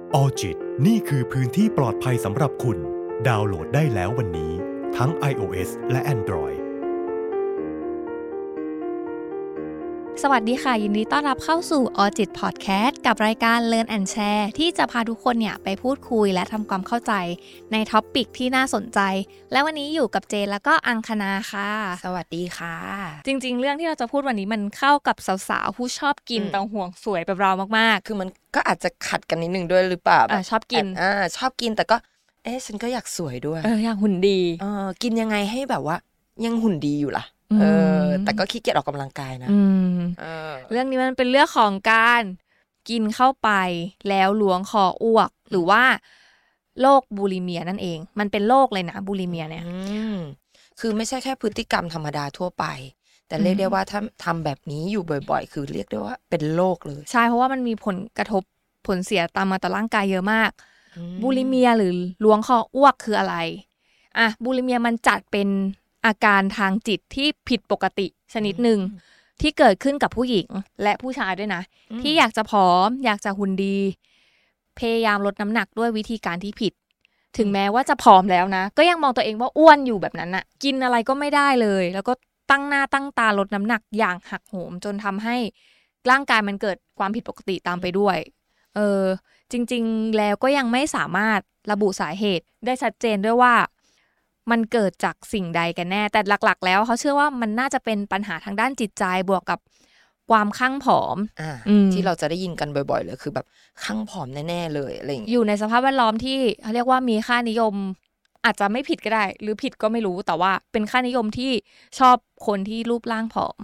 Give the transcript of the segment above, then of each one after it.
ออจิตนี่คือพื้นที่ปลอดภัยสำหรับคุณดาวน์โหลดได้แล้ววันนี้ทั้ง iOS และ Android สวัสดีค่ะยินดีต้อนรับเข้าสู่ Audit Podcast กับรายการ Learn and Share ที่จะพาทุกคนเนี่ยไปพูดคุยและทำความเข้าใจในท็อปิกที่น่าสนใจและวันนี้อยู่กับเจนแล้วก็อังคณาค่ะสวัสดีค่ะจริงๆเรื่องที่เราจะพูดวันนี้มันเข้ากับสาวๆผู้ชอบกินแต่ห่วงสวยแบบเรามากๆคือมันก็อาจจะขัดกันนิดนึงด้วยหรือเปล่าชอบกินชอบกินแต่ก็ฉันก็อยากสวยด้วยอยากหุ่นดีกินยังไงให้แบบว่ายังหุ่นดีอยู่ล่ะแต่ก็ขี้เกียจออกกำลังกายนะเรื่องนี้มันเป็นเรื่องของการกินเข้าไปแล้วล้วงคออ้วกหรือว่าโรคบูลิเมียนั่นเองมันเป็นโรคเลยนะบูลิเมียเนี่ยคือไม่ใช่แค่พฤติกรรมธรรมดาทั่วไปแต่เรียกได้ว่าถ้าทำแบบนี้อยู่บ่อยๆคือเรียกได้ว่าเป็นโรคเลยใช่เพราะว่ามันมีผลกระทบผลเสียตามมาต่อร่างกายเยอะมากบูลิเมียหรือล้วงคออ้วกคืออะไรบูลิเมียมันจัดเป็นอาการทางจิตที่ผิดปกติชนิดหนึ่งที่เกิดขึ้นกับผู้หญิงและผู้ชายด้วยนะที่อยากจะผอมอยากจะหุ่นดีพยายามลดน้ำหนักด้วยวิธีการที่ผิดถึงแม้ว่าจะผอมแล้วนะก็ยังมองตัวเองว่าอ้วนอยู่แบบนั้นน่ะกินอะไรก็ไม่ได้เลยแล้วก็ตั้งหน้าตั้งตาลดน้ำหนักอย่างหักโหมจนทำให้ร่างกายมันเกิดความผิดปกติตามไปด้วยจริงๆแล้วก็ยังไม่สามารถระบุสาเหตุได้ชัดเจนด้วยว่ามันเกิดจากสิ่งใดกันแน่แต่หลักๆแล้วเขาเชื่อว่ามันน่าจะเป็นปัญหาทางด้านจิตใจบวกกับความคลั่งผอมที่เราจะได้ยินกันบ่อยๆเลยคือแบบคลั่งผอมแน่ๆเลยอะไรอย่างเงี้ยอยู่ในสภาพแวดล้อมที่เขาเรียกว่ามีค่านิยมอาจจะไม่ผิดก็ได้หรือผิดก็ไม่รู้แต่ว่าเป็นค่านิยมที่ชอบคนที่รูปร่างผอม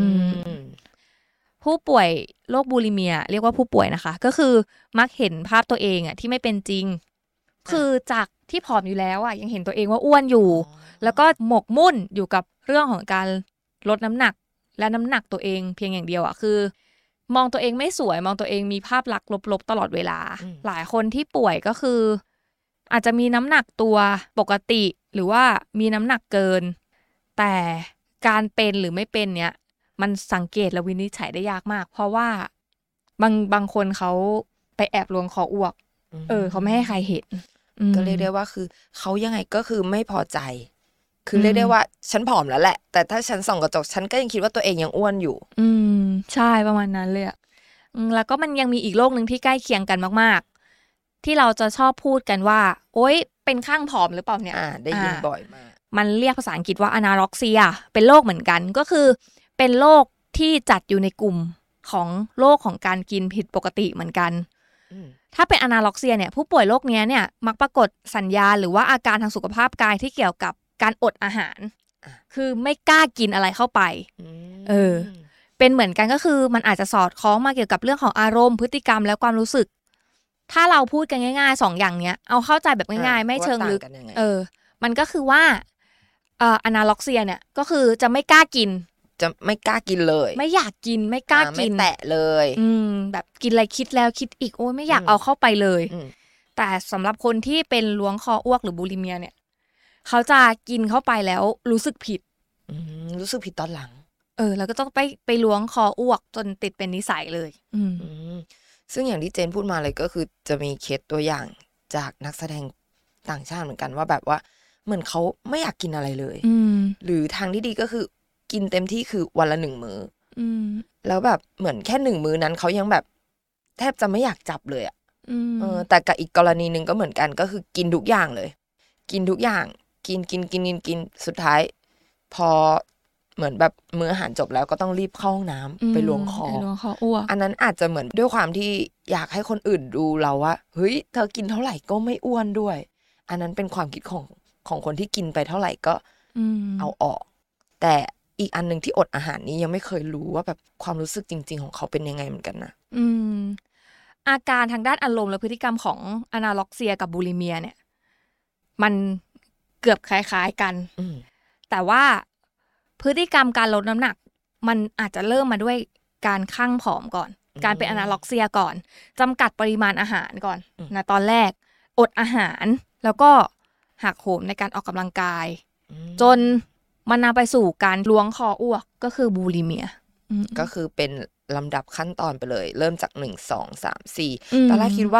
ผู้ป่วยโรคบูลิเมียเรียกว่าผู้ป่วยนะคะก็คือมักเห็นภาพตัวเองที่ไม่เป็นจริงคือจากที่ผอมอยู่แล้วยังเห็นตัวเองว่าอ้วนอยู่แล้วก็หมกมุ่นอยู่กับเรื่องของการลดน้ำหนักและน้ำหนักตัวเองเพียงอย่างเดียวคือมองตัวเองไม่สวยมองตัวเองมีภาพลักษณ์ลบๆตลอดเวลาหลายคนที่ป่วยก็คืออาจจะมีน้ำหนักตัวปกติหรือว่ามีน้ำหนักเกินแต่การเป็นหรือไม่เป็นเนี่ยมันสังเกตและวินิจฉัยได้ยากมากเพราะว่าบางคนเขาไปแอบล้วงคออ้วกเขาไม่ให้ใครเห็นก็เรียกได้ว่าคือเขายังไงก็คือไม่พอใจคือเรียกได้ว่าฉันผอมแล้วแหละแต่ถ้าฉันส่องกระจกฉันก็ยังคิดว่าตัวเองยังอ้วนอยู่ใช่ประมาณนั้นเลยแล้วก็มันยังมีอีกโรคนึงที่ใกล้เคียงกันมากๆที่เราจะชอบพูดกันว่าโอ๊ยเป็นข้างผอมหรือเปล่าเนี่ยได้ยินบ่อยมากมันเรียกภาษาอังกฤษว่าอนาร็อกเซียเป็นโรคเหมือนกันก็คือเป็นโรคที่จัดอยู่ในกลุ่มของโรคของการกินผิดปกติเหมือนกันถ้าเป็นอนาร็อกเซียเนี่ยผู้ป่วยโรคนี้เนี่ยมักปรากฏสัญญาณหรือว่าอาการทางสุขภาพกายที่เกี่ยวกับการอดอาหารคือไม่กล้ากินอะไรเข้าไปเป็นเหมือนกันก็คือมันอาจจะสอดคล้องมาเกี่ยวกับเรื่องของอารมณ์พฤติกรรมและความรู้สึกถ้าเราพูดกันง่ายๆ2อย่างเนี้ยเอาเข้าใจแบบง่ายๆไม่เชิงลึกมันก็คือว่าอนาร็อกเซียเนี่ยก็คือจะไม่กล้ากินจะไม่กล้ากินเลยไม่อยากกินไม่กล้ากินไม่แตะเลยแบบกินอะไรคิดแล้วคิดอีกโอ้ยไม่อยากเอาเข้าไปเลยแต่สำหรับคนที่เป็นล้วงคออ้วกหรือบูลิเมียเนี่ยเขาจะกินเข้าไปแล้วรู้สึกผิดรู้สึกผิดตอนหลังแล้วก็ต้องไปล้วงคออ้วกจนติดเป็นนิสัยเลยซึ่งอย่างที่เจนพูดมาเลยก็คือจะมีเคสตัวอย่างจากนักแสดงต่างชาติเหมือนกันว่าแบบว่าเหมือนเขาไม่อยากกินอะไรเลยหรือทางที่ดีก็คือกินเต็มที่คือวันละ1 มื้อแล้วแบบเหมือนแค่1 มื้อนั้นเขายังแบบแทบจะไม่อยากจับเลยแต่กับอีกกรณีนึงก็เหมือนกันก็คือกินทุกอย่างเลยกินทุกอย่างกินสุดท้ายพอเหมือนแบบมื้ออาหารจบแล้วก็ต้องรีบเข้าห้องน้ำไปล้วงคออ้วกอันนั้นอาจจะเหมือนด้วยความที่อยากให้คนอื่นดูเราว่าเฮ้ยเธอกินเท่าไหร่ก็ไม่อ้วนด้วยอันนั้นเป็นความคิดของคนที่กินไปเท่าไหร่ก็เอาออกแต่อีกอันนึงที่อดอาหารนี้ยังไม่เคยรู้ว่าแบบความรู้สึกจริงๆของเขาเป็นยังไงเหมือนกันนะอาการทางด้านอารมณ์และพฤติกรรมของอนาร็อกเซียกับบูลิเมียเนี่ยมันเกือบคล้ายๆกันแต่ว่าพฤติกรรมการลดน้ำหนักมันอาจจะเริ่มมาด้วยการคลั่งผอมก่อนการเป็นอนาร็อกเซียก่อนจำกัดปริมาณอาหารก่อนนะตอนแรกอดอาหารแล้วก็หักโหมในการออกกำลังกายจนมันนำไปสู่การล้วงคออ้วกก็คือบูลิเมียก็คือเป็นลำดับขั้นตอนไปเลยเริ่มจาก1 2 3 4ตอนแรกคิดว่า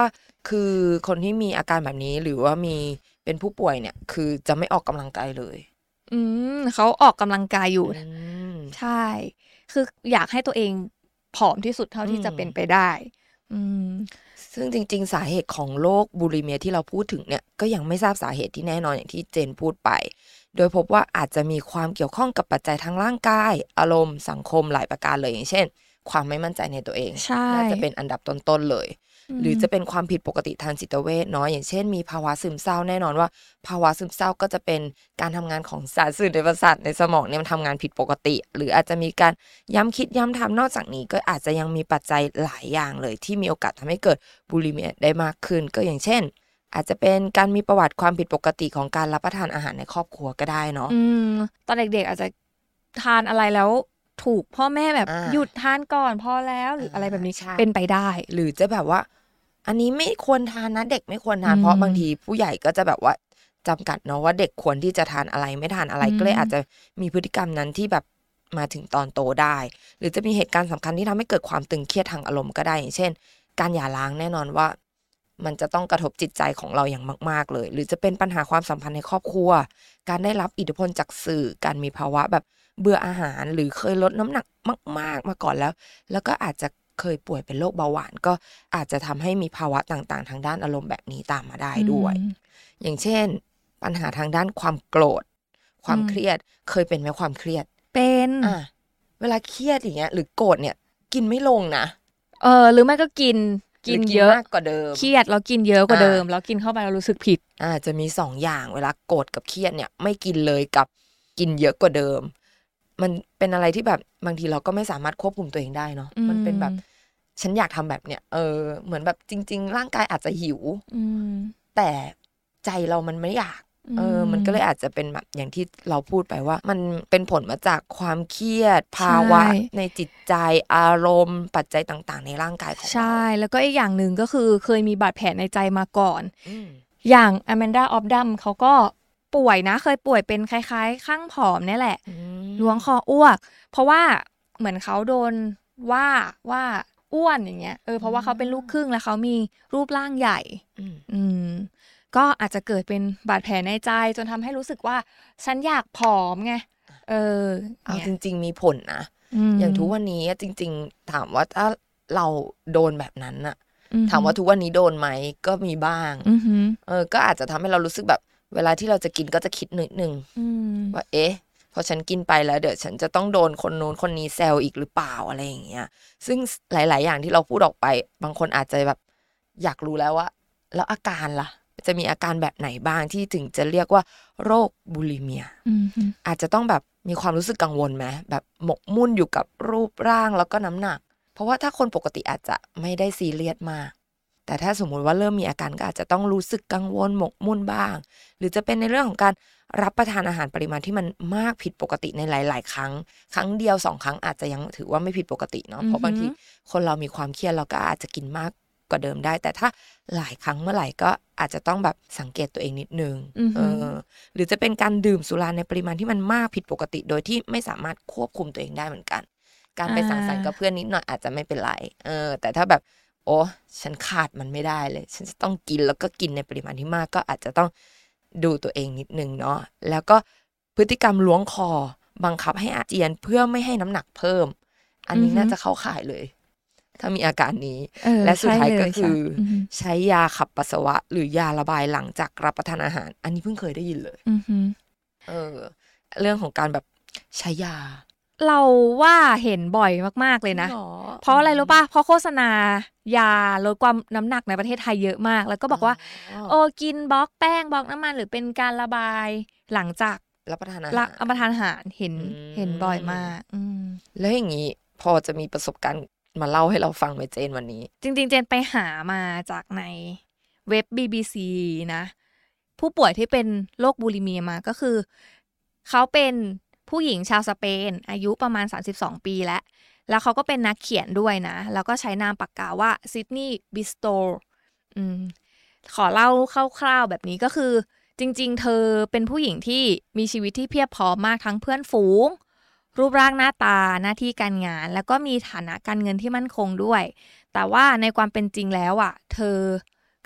คือคนที่มีอาการแบบนี้หรือว่ามีเป็นผู้ป่วยเนี่ยคือจะไม่ออกกำลังกายเลยเขาออกกำลังกายอยู่ใช่คืออยากให้ตัวเองผอมที่สุดเท่าที่จะเป็นไปได้ซึ่งจริงๆสาเหตุของโรคบูลิเมียที่เราพูดถึงเนี่ยก็ยังไม่ทราบสาเหตุที่แน่นอนอย่างที่เจนพูดไปโดยพบว่าอาจจะมีความเกี่ยวข้องกับปัจจัยทางร่างกายอารมณ์สังคมหลายประการเลยอย่างเช่นความไม่มั่นใจในตัวเองน่าจะเป็นอันดับต้นๆเลยหรือจะเป็นความผิดปกติทางจิตเวชเนาะอย่างเช่นมีภาวะซึมเศร้าแน่นอนว่าภาวะซึมเศร้าก็จะเป็นการทำงานของสารสื่อในประสาทในสมองเนี่ยมันทำงานผิดปกติหรืออาจจะมีการย้ำคิดย้ำทำนอกจากนี้ก็อาจจะยังมีปัจจัยหลายอย่างเลยที่มีโอกาสทำให้เกิดบูลิเมียได้มากขึ้นก็อย่างเช่นอาจจะเป็นการมีประวัติความผิดปกติของการรับประทานอาหารในครอบครัวก็ได้เนาะตอนเด็กๆอาจจะทานอะไรแล้วถูกพ่อแม่แบบหยุดทานก่อนพอแล้วหรืออะไรแบบนี้เป็นไปได้หรือจะแบบว่าอันนี้ไม่ควรทานนะเด็กไม่ควรทานเพราะบางทีผู้ใหญ่ก็จะแบบว่าจำกัดเนาะว่าเด็กควรที่จะทานอะไรไม่ทานอะไรก็เลยอาจจะมีพฤติกรรมนั้นที่แบบมาถึงตอนโตได้หรือจะมีเหตุการณ์สำคัญที่ทำให้เกิดความตึงเครียดทางอารมณ์ก็ได้อย่างเช่นการหย่าร้างแน่นอนว่ามันจะต้องกระทบจิตใจของเราอย่างมากๆเลยหรือจะเป็นปัญหาความสัมพันธ์ในครอบครัวการได้รับอิทธิพลจากสื่อการมีภาวะแบบเบื่ออาหารหรือเคยลดน้ำหนักมากๆมาก่อนแล้วก็อาจจะเคยป่วยเป็นโรคเบาหวานก็อาจจะทำให้มีภาวะต่างๆทางด้านอารมณ์แบบนี้ตามมาได้ด้วยอย่างเช่นปัญหาทางด้านความโกรธความเครียดเคยเป็นไหมความเครียดเป็นเวลาเครียดอย่างเงี้ยหรือโกรธเนี่ยกินไม่ลงนะหรือไม่ก็กินเยอะมากกว่าเดิมเครียดแล้วกินเยอะกว่าเดิมแล้วกินเข้าไปแล้วรู้สึกผิดจะมี2อย่างเวลาโกรธกับเครียดเนี่ยไม่กินเลยกับกินเยอะกว่าเดิมมันเป็นอะไรที่แบบบางทีเราก็ไม่สามารถควบคุมตัวเองได้เนาะมันเป็นแบบฉันอยากทำแบบเนี้ยเหมือนแบบจริงๆร่างกายอาจจะหิวแต่ใจเรามันไม่อยากมันก็เลยอาจจะเป็นแบบอย่างที่เราพูดไปว่ามันเป็นผลมาจากความเครียดภาวะในจิตใจอารมณ์ปัจจัยต่างๆในร่างกายของเราใช่แล้วก็อีกอย่างหนึ่งก็คือเคยมีบาดแผลในใจมาก่อนอย่างอแมนดา ออฟดัมเขาก็ป่วยนะเคยป่วยเป็นคล้ายๆข้างผอมนี่แหละล้วงคออ้วกเพราะว่าเหมือนเขาโดนว่าอ้วนอย่างเงี้ยเพราะว่าเขาเป็นลูกครึ่งแล้วเขามีรูปร่างใหญ่ก็อาจจะเกิดเป็นบาดแผลในใจจนทำให้รู้สึกว่าฉันอยากผอมไงเอาจริงๆมีผลนะอย่างทุกวันนี้จริงๆถามว่าถ้าเราโดนแบบนั้นน่ะถามว่าทุกวันนี้โดนไหมก็มีบ้างก็อาจจะทำให้เรารู้สึกแบบเวลาที่เราจะกินก็จะคิดนิดนึงว่าพอฉันกินไปแล้วเดี๋ยวฉันจะต้องโดนคนโน้นคนนี้แซวอีกหรือเปล่าอะไรอย่างเงี้ยซึ่งหลายๆอย่างที่เราพูดออกไปบางคนอาจจะแบบอยากรู้แล้วว่าแล้วอาการล่ะจะมีอาการแบบไหนบ้างที่ถึงจะเรียกว่าโรคบูลิเมียอาจจะต้องแบบมีความรู้สึกกังวลไหมแบบหมกมุ่นอยู่กับรูปร่างแล้วก็น้ำหนักเพราะว่าถ้าคนปกติอาจจะไม่ได้ซีเรียสมากแต่ถ้าสมมุติว่าเริ่มมีอาการก็อาจจะต้องรู้สึกกังวลหมกมุ่นบ้างหรือจะเป็นในเรื่องของการรับประทานอาหารปริมาณที่มันมากผิดปกติในหลายๆครั้งเดียว2ครั้งอาจจะยังถือว่าไม่ผิดปกติเนาะเพราะบางทีคนเรามีความเครียดเราก็อาจจะกินมากกว่าเดิมได้แต่ถ้าหลายครั้งเมื่อไหร่ก็อาจจะต้องแบบสังเกตตัวเองนิดนึงหรือจะเป็นการดื่มสุราในปริมาณที่มันมากผิดปกติโดยที่ไม่สามารถควบคุมตัวเองได้เหมือนกันการไปสังสรรค์กับเพื่อนนิดหน่อยอาจจะไม่เป็นไรแต่ถ้าแบบโอ้ฉันขาดมันไม่ได้เลยฉันจะต้องกินแล้วก็กินในปริมาณที่มากก็อาจจะต้องดูตัวเองนิดนึงเนาะแล้วก็พฤติกรรมล้วงคอบังคับให้อาเจียนเพื่อไม่ให้น้ำหนักเพิ่มอันนี้น่าจะเข้าข่ายเลยถ้ามีอาการนี้และสุดท้ายก็คือใช้ยาขับปัสสาวะหรือยาระบายหลังจากรับประทานอาหารอันนี้เพิ่งเคยได้ยินเลยเรื่องของการแบบใช้ยาเราว่าเห็นบ่อยมากๆเลยนะเพราะอะไรรู้ป่ะเพราะโฆษณายาลดความน้ำหนักในประเทศไทยเยอะมากแล้วก็บอกว่ากินบล็อกแป้งบล็อกน้ำมันหรือเป็นการระบายหลังจากรับประทานอาหารเห็นบ่อยมากแล้วอย่างนี้พอจะมีประสบการณ์มาเล่าให้เราฟังไหมเจนวันนี้จริงๆเจนไปหามาจากในเว็บ BBC นะผู้ป่วยที่เป็นโรคบูลิเมียมาก็คือเขาเป็นผู้หญิงชาวสเปนอายุประมาณ32ปีแล้วเขาก็เป็นนักเขียนด้วยนะแล้วก็ใช้นามปากกาว่าซิดนีย์บิสโตรขอเล่าคร่าวๆแบบนี้ก็คือจริงๆเธอเป็นผู้หญิงที่มีชีวิตที่เพียบพร้อมมากทั้งเพื่อนฝูงรูปร่างหน้าตาหน้าที่การงานแล้วก็มีฐานะการเงินที่มั่นคงด้วยแต่ว่าในความเป็นจริงแล้วอ่ะเธอ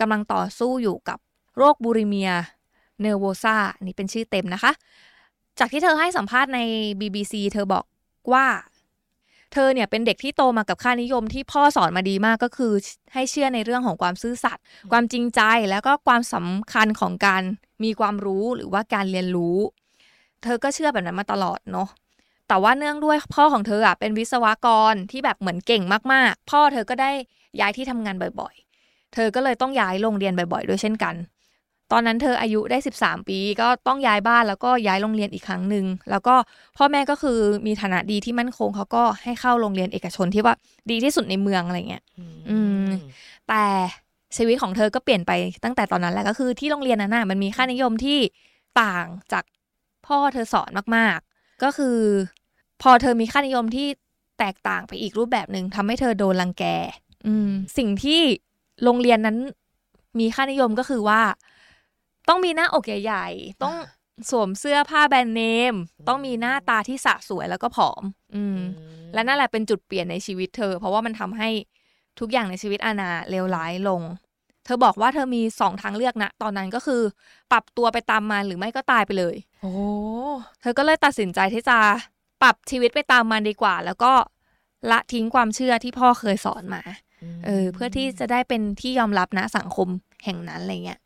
กำลังต่อสู้อยู่กับโรคบูลิเมียเนอร์โวซานี่เป็นชื่อเต็มนะคะจากที่เธอให้สัมภาษณ์ใน BBC เธอบอกว่าเธอเนี่ยเป็นเด็กที่โตมากับค่านิยมที่พ่อสอนมาดีมากก็คือให้เชื่อในเรื่องของความซื่อสัตย์ความจริงใจแล้วก็ความสำคัญของการมีความรู้หรือว่าการเรียนรู้เธอก็เชื่อแบบนั้นมาตลอดเนาะแต่ว่าเนื่องด้วยพ่อของเธออ่ะเป็นวิศวกรที่แบบเหมือนเก่งมากๆพ่อเธอก็ได้ย้ายที่ทำงานบ่อยๆเธอก็เลยต้องย้ายโรงเรียนบ่อยๆด้วยเช่นกันตอนนั้นเธออายุได้13ปีก็ต้องย้ายบ้านแล้วก็ย้ายโรงเรียนอีกครั้งนึงแล้วก็พ่อแม่ก็คือมีฐานะดีที่มั่นคงเขาก็ให้เข้าโรงเรียนเอกชนที่ว่าดีที่สุดในเมืองอะไรเงี้ยแต่ชีวิตของเธอก็เปลี่ยนไปตั้งแต่ตอนนั้นแหละก็คือที่โรงเรียนนั้นน่ะมันมีค่านิยมที่ต่างจากพ่อเธอสอนมากๆก็คือพอเธอมีค่านิยมที่แตกต่างไปอีกรูปแบบนึงทำให้เธอโดนรังแกสิ่งที่โรงเรียนนั้นมีค่านิยมก็คือว่าต้องมีหน้าอกใหญ่ๆต้องสวมเสื้อผ้าแบรนด์เนมต้องมีหน้าตาที่สะสวยแล้วก็ผอมและนั่นแหละเป็นจุดเปลี่ยนในชีวิตเธอเพราะว่ามันทำให้ทุกอย่างในชีวิตอาณาเลวร้ายลงเธอบอกว่าเธอมี2ทางเลือกนะตอนนั้นก็คือปรับตัวไปตามมันหรือไม่ก็ตายไปเลยโอ้เธอก็เลยตัดสินใจที่จะปรับชีวิตไปตามมันดีกว่าแล้วก็ละทิ้งความเชื่อที่พ่อเคยสอนมาเพื่อที่จะได้เป็นที่ยอมรับนะสังคมแห่งนั้นอะไรเงี้ย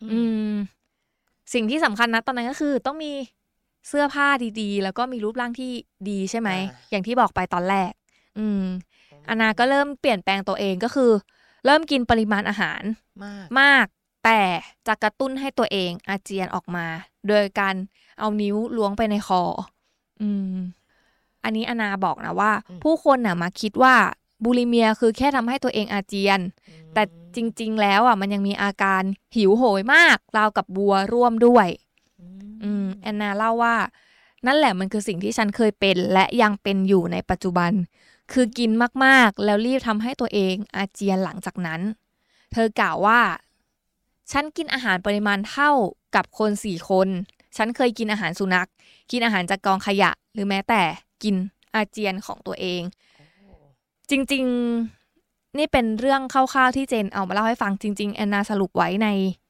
สิ่งที่สำคัญนะตอนนั้นก็คือต้องมีเสื้อผ้าดีๆแล้วก็มีรูปร่างที่ดีใช่ไหมอย่างที่บอกไปตอนแรกอาณาก็เริ่มเปลี่ยนแปลงตัวเองก็คือเริ่มกินปริมาณอาหารมากแต่จะกระตุ้นให้ตัวเองอาเจียนออกมาโดยการเอานิ้วล้วงไปในคออันนี้อาณาบอกนะว่าผู้คนน่ะมาคิดว่าบูลิเมียคือแค่ทำให้ตัวเองอาเจียนแต่จริงๆแล้วอ่ะมันยังมีอาการหิวโหยมากราวกับวัวร่วมด้วยแอนนาเล่าว่านั่นแหละมันคือสิ่งที่ฉันเคยเป็นและยังเป็นอยู่ในปัจจุบันคือกินมากๆแล้วรีบทำให้ตัวเองอาเจียนหลังจากนั้นเธอกล่าวว่าฉันกินอาหารปริมาณเท่ากับคน4คนฉันเคยกินอาหารสุนัขกินอาหารจากกองขยะหรือแม้แต่กินอาเจียนของตัวเองจริงๆนี่เป็นเรื่องคร่าวๆที่เจนเอามาเล่าให้ฟังจริงๆแอนนาสรุปไว้ใน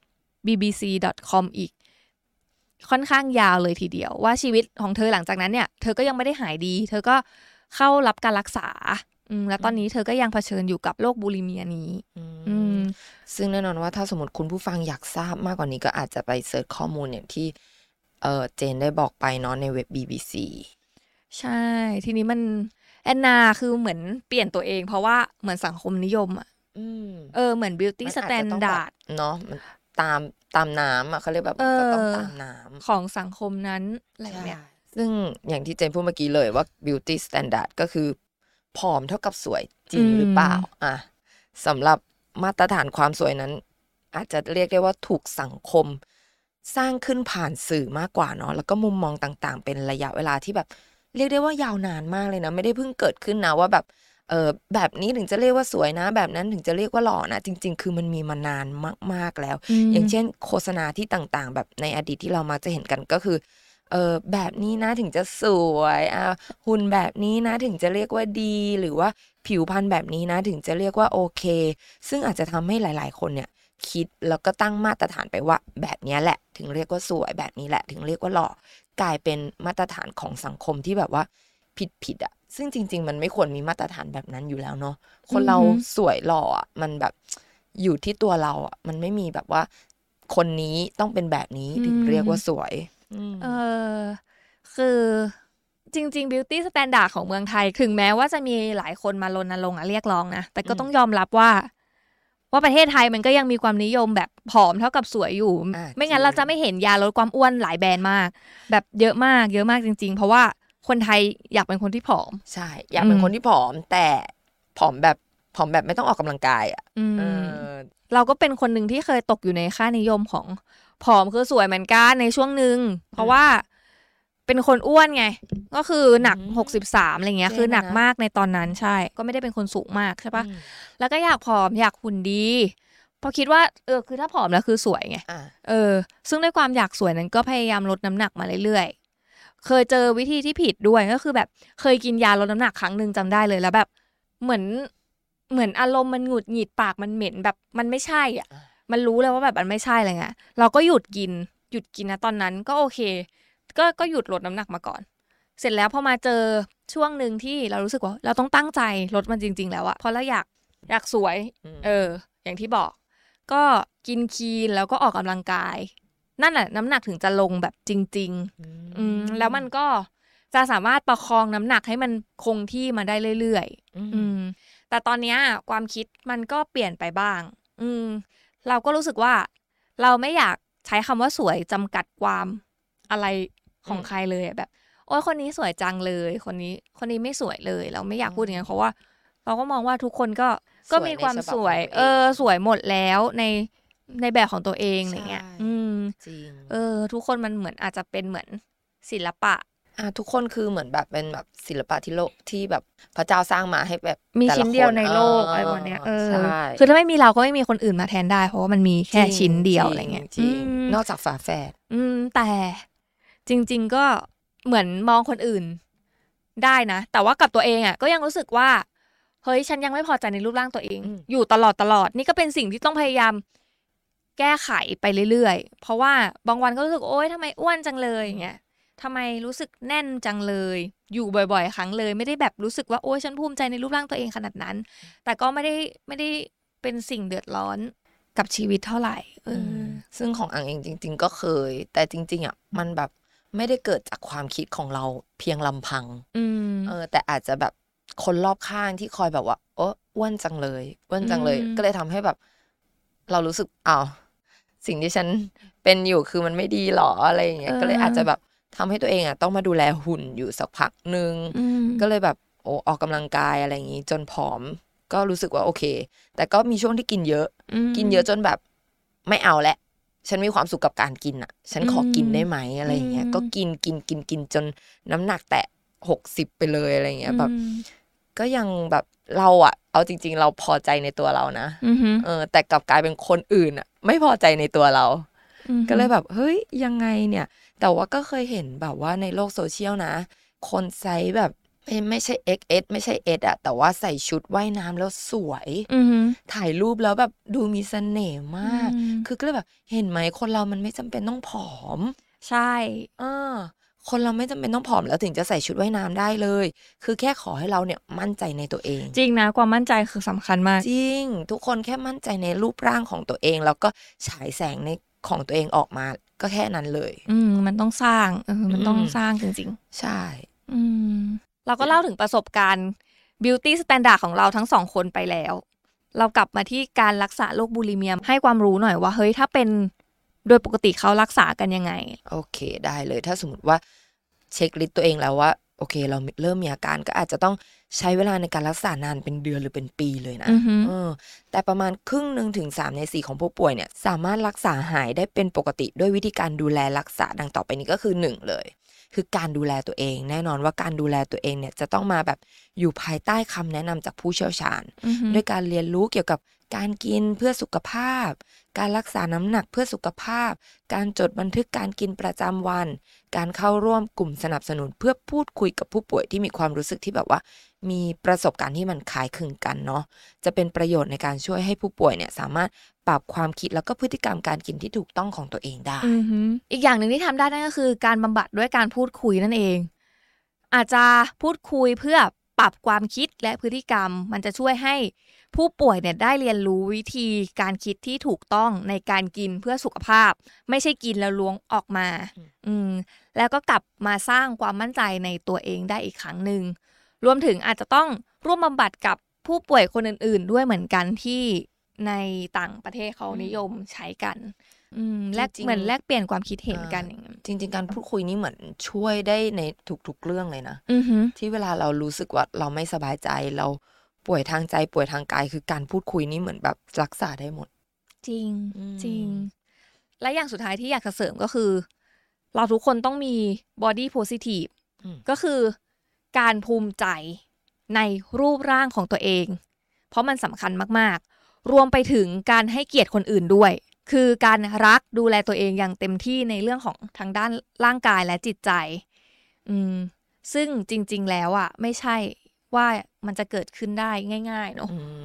bbc.com อีกค่อนข้างยาวเลยทีเดียวว่าชีวิตของเธอหลังจากนั้นเนี่ยเธอก็ยังไม่ได้หายดีเธอก็เข้ารับการรักษาแล้วตอนนี้เธอก็ยังเผชิญอยู่กับโรคบูลิเมียนี้ซึ่งแน่นอนว่าถ้าสมมติคุณผู้ฟังอยากทราบมากกว่านี้ก็อาจจะไปเสิร์ชข้อมูลอย่างที่เจนได้บอกไปเนาะในเว็บ BBC ใช่ทีนี้มันแอนนาคือเหมือนเปลี่ยนตัวเองเพราะว่าเหมือนสังคมนิยมอ่ะเหมือน beauty standard เนาะมันตามน้ำอ่ะเขาเรียกแบบจะต้องตามน้ำของสังคมนั้นอะไรเนี่ยซึ่งอย่างที่เจนพูดเมื่อกี้เลยว่า beauty standard ก็คือผอมเท่ากับสวยจริงหรือเปล่าสำหรับมาตรฐานความสวยนั้นอาจจะเรียกได้ว่าถูกสังคมสร้างขึ้นผ่านสื่อมากกว่าเนาะแล้วก็มุมมองต่างๆเป็นระยะเวลาที่แบบเรียกได้ว่ายาวนานมากเลยนะไม่ได้เพิ่งเกิดขึ้นนะว่าแบบแบบนี้ถึงจะเรียกว่าสวยนะแบบนั้นถึงจะเรียกว่าหล่อนะจริงๆคือมันมีมานานมากๆแล้วอย่างเช่นโฆษณาที่ต่างๆแบบในอดีตที่เรามักจะเห็นกันก็คือแบบนี้นะถึงจะสวยหุ่นแบบนี้นะถึงจะเรียกว่าดีหรือว่าผิวพรรณแบบนี้นะถึงจะเรียกว่าโอเคซึ่งอาจจะทำให้หลายๆคนเนี่ยคิดแล้วก็ตั้งมาตรฐานไปว่าแบบนี้แหละถึงเรียกว่าสวยแบบนี้แหละถึงเรียกว่าหล่อกลายเป็นมาตรฐานของสังคมที่แบบว่าผิดอ่ะซึ่งจริงๆมันไม่ควรมีมาตรฐานแบบนั้นอยู่แล้วเนาะคนเราสวยหล่ออ่ะมันแบบอยู่ที่ตัวเราอ่ะมันไม่มีแบบว่าคนนี้ต้องเป็นแบบนี้ถึงเรียกว่าสวยคือจริงๆ beauty standard ของเมืองไทยถึงแม้ว่าจะมีหลายคนมารณรงค์เรียกร้องนะแต่ก็ต้องยอมรับว่าประเทศไทยมันก็ยังมีความนิยมแบบผอมเท่ากับสวยอยู่ไม่งั้นเราจะไม่เห็นยาลดความอ้วนหลายแบรนด์มากแบบเยอะมากจริงๆเพราะว่าคนไทยอยากเป็นคนที่ผอมใช่อยากเป็นคนที่ผอมแต่ผอมแบบไม่ต้องออกกำลังกายอ่ะเราก็เป็นคนหนึ่งที่เคยตกอยู่ในค่านิยมของผอมคือสวยเหมือนกันในช่วงนึงเพราะว่าเป็นคนอ้วนไงก็คือหนัก63อะไรเงี้ยคือหนักมากในตอนนั้นใช่ก็ไม่ได้เป็นคนสูงมากใช่ปะแล้วก็อยากผอมอยากหุ่นดีเพราะคิดว่าคือถ้าผอมแล้วคือสวยไงซึ่งด้วยความอยากสวยนั้นก็พยายามลดน้ำหนักมาเรื่อยๆเคยเจอวิธีที่ผิดด้วยก็คือแบบเคยกินยาลดน้ำหนักครั้งนึงจำได้เลยแล้วแบบเหมือนอารมณ์มันหงุดหงิดปากมันเหม็นแบบมันไม่ใช่อ่ะมันรู้เลยว่าแบบมันไม่ใช่อะไรเงี้ยเราก็หยุดกินนะตอนนั้นก็โอเคก็หยุดลดน้ำหนักมาก่อนเสร็จแล้วพอมาเจอช่วงนึงที่เรารู้สึกว่าเราต้องตั้งใจลดมันจริงๆแล้วอะเพราะเราอยากสวยอย่างที่บอกก็กินคีนแล้วก็ออกกำลังกายนั่นแหละน้ำหนักถึงจะลงแบบจริงๆแล้วมันก็จะสามารถประคองน้ำหนักให้มันคงที่มาได้เรื่อยๆแต่ตอนนี้ความคิดมันก็เปลี่ยนไปบ้างเราก็รู้สึกว่าเราไม่อยากใช้คำว่าสวยจำกัดความอะไรของใครเลยแบบโอ้ยคนนี้สวยจังเลยคนนี้ไม่สวยเลยเราไม่อยากพูดอย่างนั้นเพราะว่าเราก็มองว่าทุกคนก็มีความสวยสวยหมดแล้วในแบบของตัวเองอะไรเงี้ยจริงทุกคนมันเหมือนอาจจะเป็นเหมือนศิลปะทุกคนคือเหมือนแบบเป็นแบบศิลปะที่โลกที่แบบพระเจ้าสร้างมาให้แบบมีชิ้นเดียวในโลกอะไรแบบเนี้ยคือถ้าไม่มีเราก็ไม่มีคนอื่นมาแทนได้เพราะว่ามันมีแค่ชิ้นเดียวอะไรเงี้ยนอกจากฝาแฝดแต่จริงๆก็เหมือนมองคนอื่นได้นะแต่ว่ากับตัวเองอ่ะก็ยังรู้สึกว่าเฮ้ยฉันยังไม่พอใจในรูปร่างตัวเองอยู่ตลอดนี่ก็เป็นสิ่งที่ต้องพยายามแก้ไขไปเรื่อยๆเพราะว่าบางวันก็รู้สึกโอ๊ยทำไมอ้วนจังเลยอย่างเงี้ยทำไมรู้สึกแน่นจังเลยอยู่บ่อยๆครั้งเลยไม่ได้แบบรู้สึกว่าโอ๊ยฉันภูมิใจในรูปร่างตัวเองขนาดนั้นแต่ก็ไม่ได้เป็นสิ่งเดือดร้อนกับชีวิตเท่าไหร่ซึ่งของอังเองจริงๆก็เคยแต่จริงๆอ่ะมันแบบไม่ได้เกิดจากความคิดของเราเพียงลำพังแต่อาจจะแบบคนรอบข้างที่คอยแบบว่าโอ้อ้วนจังเลยก็เลยทำให้แบบเรารู้สึกสิ่งที่ฉันเป็นอยู่คือมันไม่ดีหรออะไรอย่างเงี้ยก็เลยอาจจะแบบทำให้ตัวเองอ่ะต้องมาดูแลหุ่นอยู่สักพักนึงก็เลยแบบออกกำลังกายอะไรอย่างงี้จนผอมก็รู้สึกว่าโอเคแต่ก็มีช่วงที่กินเยอะจนแบบไม่เอาแล้วฉันมีความสุขกับการกินอ่ะฉันขอกินได้ไหมอะไรอย่างเงี้ยก็กินจนน้ำหนักแตะ60ไปเลยอะไรอย่างเงี้ยแบบก็ยังแบบเราอ่ะเอาจริงๆเราพอใจในตัวเรานะแต่กลับกลายเป็นคนอื่นอ่ะไม่พอใจในตัวเราก็เลยแบบเฮ้ยยังไงเนี่ยแต่ว่าก็เคยเห็นแบบว่าในโลกโซเชียลนะคนไซส์แบบไม่ใช่ XS ไม่ใช่ S อะแต่ว่าใส่ชุดว่ายน้ำแล้วสวยถ่ายรูปแล้วแบบดูมีเสน่ห์มากคือก็เลยแบบเห็นไหมคนเรามันไม่จำเป็นต้องผอมใช่คนเราไม่จำเป็นต้องผอมแล้วถึงจะใส่ชุดว่ายน้ำได้เลยคือแค่ขอให้เราเนี่ยมั่นใจในตัวเองจริงนะความมั่นใจคือสำคัญมากจริงทุกคนแค่มั่นใจในรูปร่างของตัวเองแล้วก็ฉายแสงในของตัวเองออกมาก็แค่นั้นเลยมันต้องสร้างมันต้องสร้างจริงๆใช่เราก็เล่าถึงประสบการณ์ beauty standard ของเราทั้ง2คนไปแล้วเรากลับมาที่การรักษาโรคบูลิเมียให้ความรู้หน่อยว่าเฮ้ยถ้าเป็นโดยปกติเขารักษากันยังไงโอเคได้เลยถ้าสมมติว่าเช็คลิสต์ตัวเองแล้วว่าโอเคเราเริ่มมีอาการก็อาจจะต้องใช้เวลาในการรักษานานเป็นเดือนหรือเป็นปีเลยนะแต่ประมาณครึ่งนึงถึง3 ใน 4ของผู้ป่วยเนี่ยสามารถรักษาหายได้เป็นปกติด้วยวิธีการดูแลรักษาดังต่อไปนี้ก็คือ1เลยคือการดูแลตัวเองแน่นอนว่าการดูแลตัวเองเนี่ยจะต้องมาแบบอยู่ภายใต้คำแนะนำจากผู้เชี่ยวชาญด้วยการเรียนรู้เกี่ยวกับการกินเพื่อสุขภาพการรักษาน้ำหนักเพื่อสุขภาพการจดบันทึกการกินประจำวันการเข้าร่วมกลุ่มสนับสนุนเพื่อพูดคุยกับผู้ป่วยที่มีความรู้สึกที่แบบว่ามีประสบการณ์ที่มันคล้ายคลึงกันเนาะจะเป็นประโยชน์ในการช่วยให้ผู้ป่วยเนี่ยสามารถปรับความคิดแล้วก็พฤติกรรมการกินที่ถูกต้องของตัวเองได้อีกอย่างหนึ่งที่ทำได้นั่นก็คือการบำบัดด้วยการพูดคุยนั่นเองอาจจะพูดคุยเพื่อปรับความคิดและพฤติกรรมมันจะช่วยให้ผู้ป่วยเนี่ยได้เรียนรู้วิธีการคิดที่ถูกต้องในการกินเพื่อสุขภาพไม่ใช่กินแล้วล้วงออกมาแล้วก็กลับมาสร้างความมั่นใจในตัวเองได้อีกครั้งนึงรวมถึงอาจจะต้องร่วมบำบัดกับผู้ป่วยคนอื่นๆด้วยเหมือนกันที่ในต่างประเทศเขานิยมใช้กันเหมือนแลกเปลี่ยนความคิดเห็นกันอย่างนั้นจริงๆการพูดคุยนี่เหมือนช่วยได้ในทุกๆเรื่องเลยนะที่เวลาเรารู้สึกว่าเราไม่สบายใจเราป่วยทางใจป่วยทางกายคือการพูดคุยนี่เหมือนแบบรักษาได้หมดจริงจริงและอย่างสุดท้ายที่อยากจะเสริมก็คือเราทุกคนต้องมี body positive ก็คือการภูมิใจในรูปร่างของตัวเองเพราะมันสำคัญมากๆรวมไปถึงการให้เกียรติคนอื่นด้วยคือการรักดูแลตัวเองอย่างเต็มที่ในเรื่องของทางด้านร่างกายและจิตใจซึ่งจริงๆแล้วอ่ะไม่ใช่ว่ามันจะเกิดขึ้นได้ง่ายๆเนาะ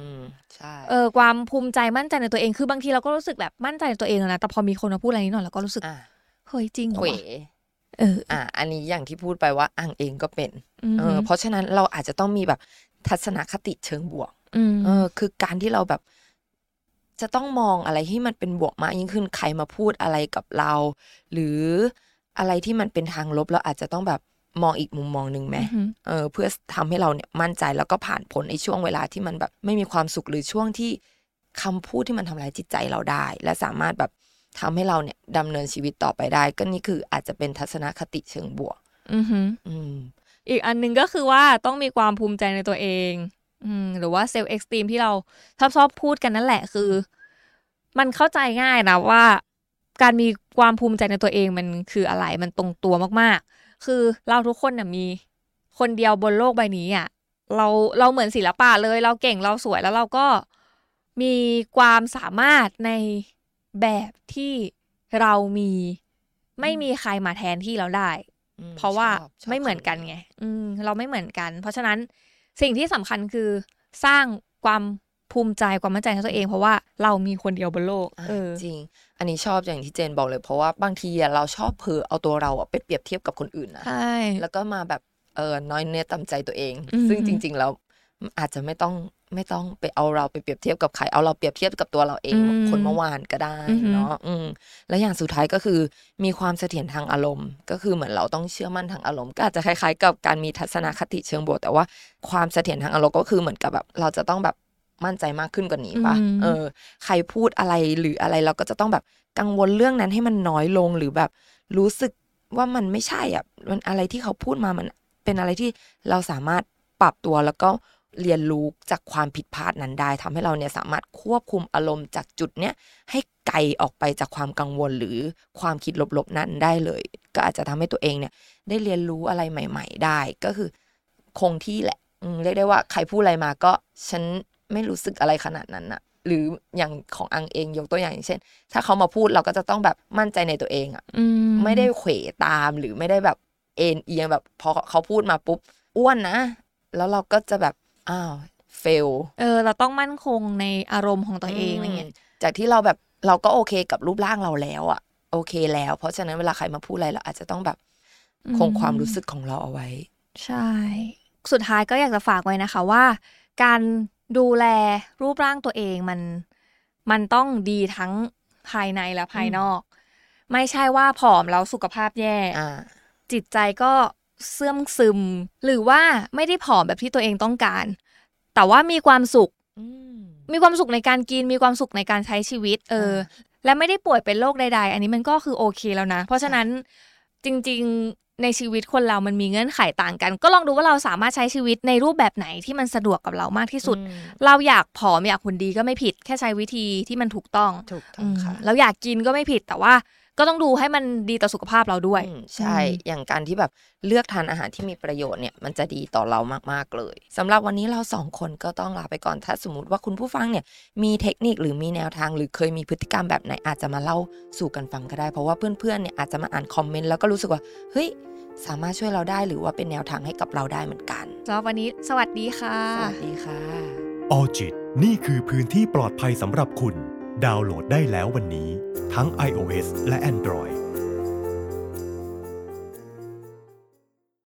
ใช่ความภูมิใจมั่นใจในตัวเองคือบางทีเราก็รู้สึกแบบมั่นใจในตัวเองนะแต่พอมีคนมาพูดอะไรนิดหน่อยเราก็รู้สึกเฮ้ยจริงเหรออันนี้อย่างที่พูดไปว่าอังเองก็เป็นเพราะฉะนั้นเราอาจจะต้องมีแบบทัศนคติเชิงบวกคือการที่เราแบบจะต้องมองอะไรที่มันเป็นบวกมากยิ่งขึ้นใครมาพูดอะไรกับเราหรืออะไรที่มันเป็นทางลบเราอาจจะต้องแบบมองอีกมุมมองนึงไหมเพื่อทำให้เราเนี่ยมั่นใจแล้วก็ผ่านพ้นในช่วงเวลาที่มันแบบไม่มีความสุขหรือช่วงที่คำพูดที่มันทำร้ายจิตใจเราได้และสามารถแบบทำให้เราเนี่ยดำเนินชีวิตต่อไปได้ก็นี่คืออาจจะเป็นทัศนคติเชิงบวกอีกอันนึงก็คือว่าต้องมีความภูมิใจในตัวเองหรือว่าเซลฟ์เอ็กซ์ตรีมที่เราชอบพูดกันนั่นแหละคือมันเข้าใจง่ายนะว่าการมีความภูมิใจในตัวเองมันคืออะไรมันตรงตัวมากๆคือเราทุกคนเนี่ยมีคนเดียวบนโลกใบนี้อ่ะเราเหมือนศิลปะเลยเราเก่งเราสวยแล้วเราก็มีความสามารถในแบบที่เรามีไม่มีใครมาแทนที่เราได้เพราะว่าไม่เหมือนกันไงเราไม่เหมือนกันเพราะฉะนั้นสิ่งที่สำคัญคือสร้างความภูมิใจความมั่นใจในตัวเองเพราะว่าเรามีคนเดียวบนโลกจริงอันนี้ชอบอย่างที่เจนบอกเลยเพราะว่าบางทีเราชอบเผลอเอาตัวเราไปเปรียบเทียบกับคนอื่นนะแล้วก็มาแบบน้อยเนื้อต่ำใจตัวเองซึ่งจริงๆแล้วอาจจะไม่ต้องไปเอาเราไปเปรียบเทียบกับใครเอาเราเปรียบเทียบกับตัวเราเองคนเมื่อวานก็ได้เนาะแล้วอย่างสุดท้ายก็คือมีความเสถียรทางอารมณ์ก็คือเหมือนเราต้องเชื่อมั่นทางอารมณ์ก็อาจจะคล้ายๆกับการมีทัศนคติเชิงบวกแต่ว่าความเสถียรทางอารมณ์ก็คือเหมือนกับแบบเราจะต้องแบบมั่นใจมากขึ้นกว่านี้ป่ะใครพูดอะไรหรืออะไรเราก็จะต้องแบบกังวลเรื่องนั้นให้มันน้อยลงหรือแบบรู้สึกว่ามันไม่ใช่อ่ะมันอะไรที่เขาพูดมามันเป็นอะไรที่เราสามารถปรับตัวแล้วก็เรียนรู้จากความผิดพลาดนั้นได้ทำให้เราเนี่ยสามารถควบคุมอารมณ์จากจุดเนี้ยให้ไกลออกไปจากความกังวลหรือความคิดลบๆนั้นได้เลยก็อาจจะทำให้ตัวเองเนี่ยได้เรียนรู้อะไรใหม่ๆได้ก็คือคงที่แหละเรียกได้ว่าใครพูดอะไรมาก็ฉันไม่รู้สึกอะไรขนาดนั้นน่ะหรืออย่างของอังเองยกตัวอย่างเช่นถ้าเขามาพูดเราก็จะต้องแบบมั่นใจในตัวเองอ่ะไม่ได้เขวตามหรือไม่ได้แบบเอ็นเอียงแบบพอเขาพูดมาปุ๊บอ้วนนะแล้วเราก็จะแบบเฟลเราต้องมั่นคงในอารมณ์ของตัวเองอะไรเงี้ยจากที่เราแบบเราก็โอเคกับรูปร่างเราแล้วอ่ะโอเคแล้วเพราะฉะนั้นเวลาใครมาพูดอะไรเราอาจจะต้องแบบคงความรู้สึกของเราเอาไว้ใช่สุดท้ายก็อยากจะฝากไว้นะคะว่าการดูแลรูปร่างตัวเองมันต้องดีทั้งภายในและภายนอกไม่ใช่ว่าผอมแล้วสุขภาพแย่จิตใจก็เสื่อมซึมหรือว่าไม่ได้ผอมแบบที่ตัวเองต้องการแต่ว่ามีความสุขในการกินมีความสุขในการใช้ชีวิตและไม่ได้ป่วยเป็นโรคใดๆอันนี้มันก็คือโอเคแล้วนะเพราะฉะนั้นจริงๆในชีวิตคนเรามันมีเงื่อนไขต่างกันก็ลองดูว่าเราสามารถใช้ชีวิตในรูปแบบไหนที่มันสะดวกกับเรามากที่สุดเราอยากผอมอยากหุ่นดีก็ไม่ผิดแค่ใช้วิธีที่มันถูกต้องค่ะเราอยากกินก็ไม่ผิดแต่ว่าก็ต้องดูให้มันดีต่อสุขภาพเราด้วยใช่อย่างการที่แบบเลือกทานอาหารที่มีประโยชน์เนี่ยมันจะดีต่อเรามากๆเลยสำหรับวันนี้เรา2คนก็ต้องลาไปก่อนถ้าสมมติว่าคุณผู้ฟังเนี่ยมีเทคนิคหรือมีแนวทางหรือเคยมีพฤติกรรมแบบไหนอาจจะมาเล่าสู่กันฟังก็ได้เพราะว่าเพื่อนๆเนี่ยอาจจะมาอ่านคอมเมนต์แล้วก็รู้สึกว่าเฮ้ยสามารถช่วยเราได้หรือว่าเป็นแนวทางให้กับเราได้เหมือนกันสำหรับวันนี้สวัสดีค่ะสวัสดีค่ะออจิตนี่คือพื้นที่ปลอดภัยสำหรับคุณดาวน์โหลดได้แล้ววันนี้ทั้ง iOS และ Android